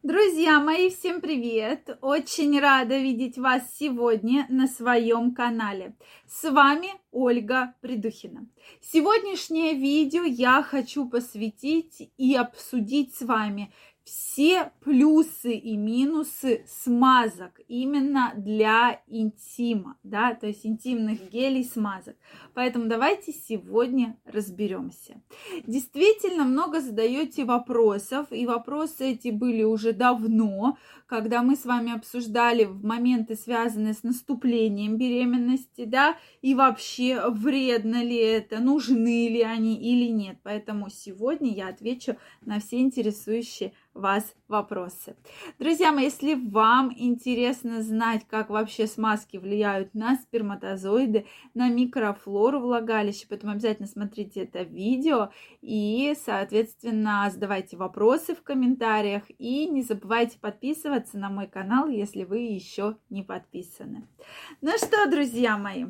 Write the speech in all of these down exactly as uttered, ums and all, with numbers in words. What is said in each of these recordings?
Друзья мои, всем привет! Очень рада видеть вас сегодня на своем канале. С вами Ольга Придухина. Сегодняшнее видео я хочу посвятить и обсудить с вами все плюсы и минусы смазок именно для интима, да, то есть интимных гелей, смазок. Поэтому давайте сегодня разберемся. Действительно, много задаете вопросов, и вопросы эти были уже давно, когда мы с вами обсуждали моменты, связанные с наступлением беременности, да, и вообще вредно ли это, нужны ли они или нет. Поэтому сегодня я отвечу на все интересующие вас вопросы. Друзья мои, если вам интересно знать, как вообще смазки влияют на сперматозоиды, на микрофлору влагалища, поэтому обязательно смотрите это видео и, соответственно, задавайте вопросы в комментариях и не забывайте подписываться на мой канал, если вы еще не подписаны. Ну что, друзья мои,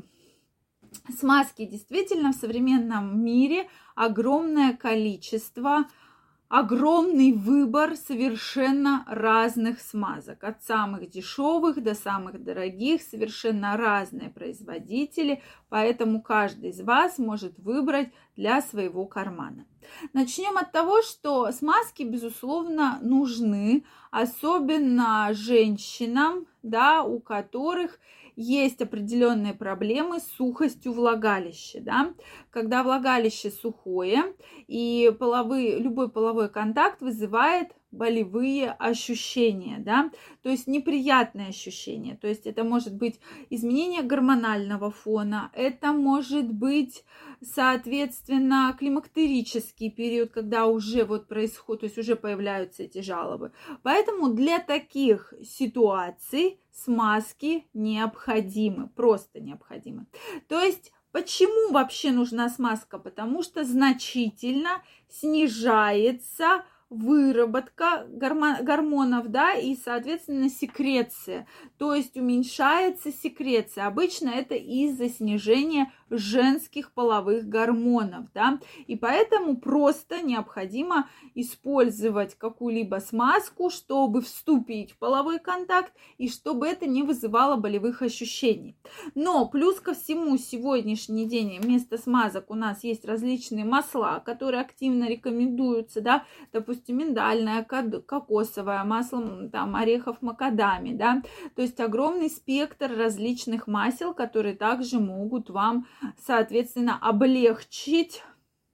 смазки действительно в современном мире огромное количество, огромный выбор совершенно разных смазок. От самых дешевых до самых дорогих, совершенно разные производители, поэтому каждый из вас может выбрать для своего кармана. Начнем от того, что смазки, безусловно, нужны, особенно женщинам, да, у которых есть определенные проблемы с сухостью влагалища, да, когда влагалище сухое и половые, любой половой контакт вызывает болевые ощущения, да, то есть неприятные ощущения, то есть это может быть изменение гормонального фона, это может быть, соответственно, климактерический период, когда уже вот происходит, то есть уже появляются эти жалобы. Поэтому для таких ситуаций смазки необходимы, просто необходимы. То есть почему вообще нужна смазка? Потому что значительно снижается выработка гормонов, да, и, соответственно, секреция. То есть уменьшается секреция. Обычно это из-за снижения женских половых гормонов, да, и поэтому просто необходимо использовать какую-либо смазку, чтобы вступить в половой контакт и чтобы это не вызывало болевых ощущений. Но плюс ко всему, сегодняшний день вместо смазок у нас есть различные масла, которые активно рекомендуются, да, допустим, миндальное, кокосовое, масло там, орехов макадами, да, то есть огромный спектр различных масел, которые также могут вам, соответственно, облегчить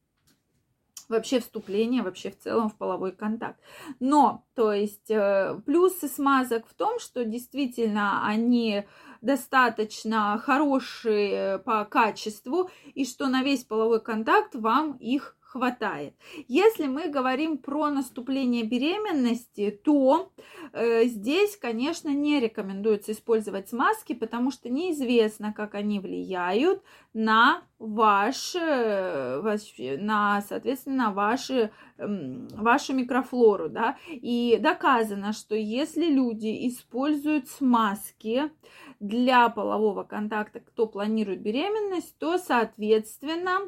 вообще вступление, вообще в целом в половой контакт. Но, то есть, плюсы смазок в том, что действительно они достаточно хорошие по качеству и что на весь половой контакт вам их хватает. Если мы говорим про наступление беременности, то э, здесь, конечно, не рекомендуется использовать смазки, потому что неизвестно, как они влияют на ваш, ваш на, соответственно, ваши, э, вашу микрофлору, да, и доказано, что если люди используют смазки для полового контакта, кто планирует беременность, то, соответственно,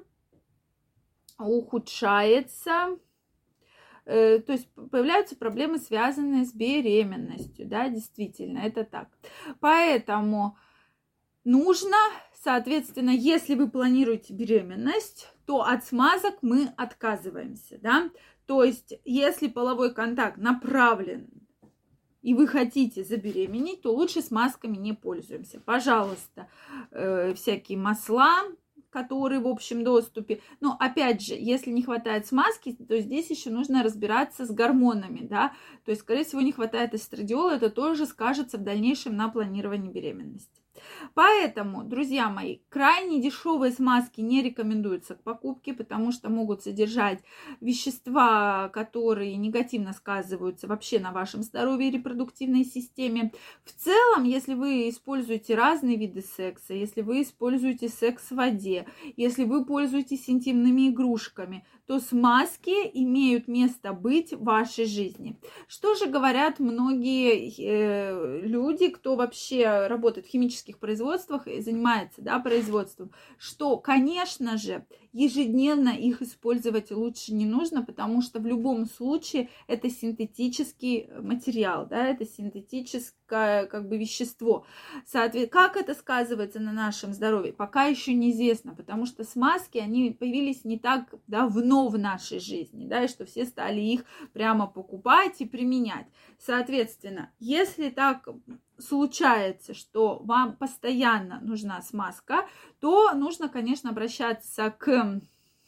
ухудшается, э, то есть появляются проблемы, связанные с беременностью, да, действительно, это так. Поэтому нужно, соответственно, если вы планируете беременность, то от смазок мы отказываемся, да, то есть если половой контакт направлен и вы хотите забеременеть, то лучше смазками не пользуемся. Пожалуйста, э, всякие масла, которые в общем доступе. Но опять же, если не хватает смазки, то здесь еще нужно разбираться с гормонами, да. То есть, скорее всего, не хватает эстрадиола, это тоже скажется в дальнейшем на планировании беременности. Поэтому, друзья мои, крайне дешевые смазки не рекомендуются к покупке, потому что могут содержать вещества, которые негативно сказываются вообще на вашем здоровье и репродуктивной системе. В целом, если вы используете разные виды секса, если вы используете секс в воде, если вы пользуетесь интимными игрушками, то смазки имеют место быть в вашей жизни. Что же говорят многие э, люди, кто вообще работает в химических производствах и занимается, да, производством, что, конечно же, ежедневно их использовать лучше не нужно, потому что в любом случае это синтетический материал, да, это синтетическое как бы вещество. Соответственно, как это сказывается на нашем здоровье, пока еще неизвестно, потому что смазки, они появились не так давно в нашей жизни, да, и что все стали их прямо покупать и применять. Соответственно, если так случается, что вам постоянно нужна смазка, то нужно, конечно, обращаться к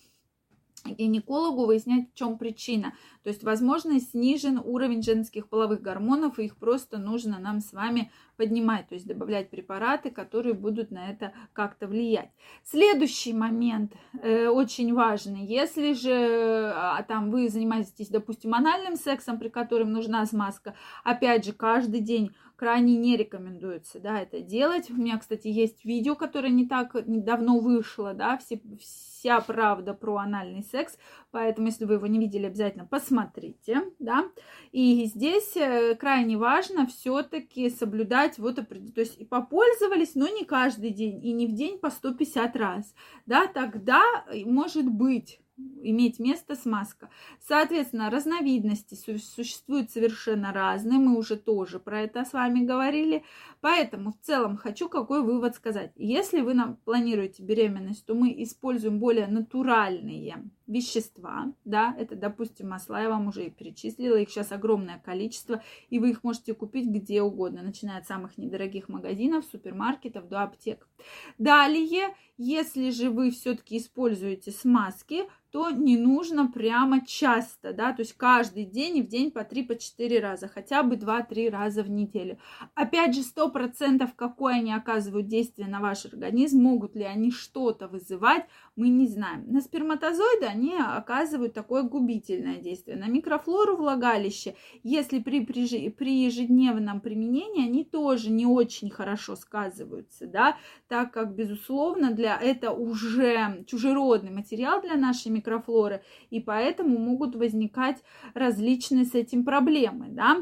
гинекологу, выяснять, в чем причина. То есть, возможно, снижен уровень женских половых гормонов, и их просто нужно нам с вами поднимать, то есть добавлять препараты, которые будут на это как-то влиять. Следующий момент э, очень важный. Если же а, там вы занимаетесь, допустим, анальным сексом, при котором нужна смазка, опять же, каждый день крайне не рекомендуется, да, это делать. У меня, кстати, есть видео, которое не так давно вышло, да, все, вся правда про анальный секс, поэтому, если вы его не видели, обязательно посмотрите, да. И здесь крайне важно все-таки соблюдать вот, то есть и попользовались, но не каждый день, и не в день по сто пятьдесят раз, да, тогда может быть иметь место смазка. Соответственно, разновидности существуют совершенно разные, мы уже тоже про это с вами говорили, поэтому в целом хочу какой вывод сказать. Если вы нам планируете беременность, то мы используем более натуральные вещества, да, это, допустим, масла, я вам уже и перечислила, их сейчас огромное количество, и вы их можете купить где угодно, начиная от самых недорогих магазинов, супермаркетов до аптек. Далее, если же вы все-таки используете смазки, то не нужно прямо часто, да, то есть каждый день и в день по три-четыре раза, хотя бы два-три раза в неделю. Опять же, сто процентов какое они оказывают действие на ваш организм, могут ли они что-то вызывать, мы не знаем. На сперматозоиды они оказывают такое губительное действие. На микрофлору влагалища, если при, при, при ежедневном применении, они тоже не очень хорошо сказываются, да, так как, безусловно, для это уже чужеродный материал для нашей микрофлоры, и поэтому могут возникать различные с этим проблемы, да.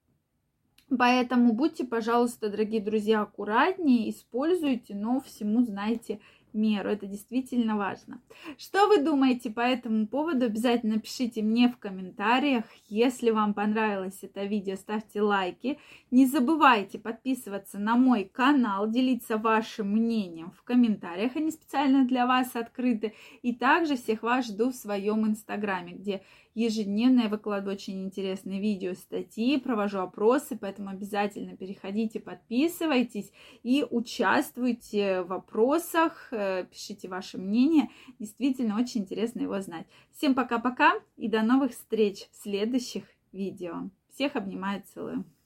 Поэтому будьте, пожалуйста, дорогие друзья, аккуратнее, используйте, но всему знайте меру. Это действительно важно. Что вы думаете по этому поводу? Обязательно пишите мне в комментариях. Если вам понравилось это видео, ставьте лайки. Не забывайте подписываться на мой канал, делиться вашим мнением в комментариях. Они специально для вас открыты. И также всех вас жду в своем инстаграме, где ежедневно я выкладываю очень интересные видео, статьи, провожу опросы, поэтому обязательно переходите, подписывайтесь и участвуйте в вопросах, пишите ваше мнение. Действительно очень интересно его знать. Всем пока-пока и до новых встреч в следующих видео. Всех обнимаю, целую.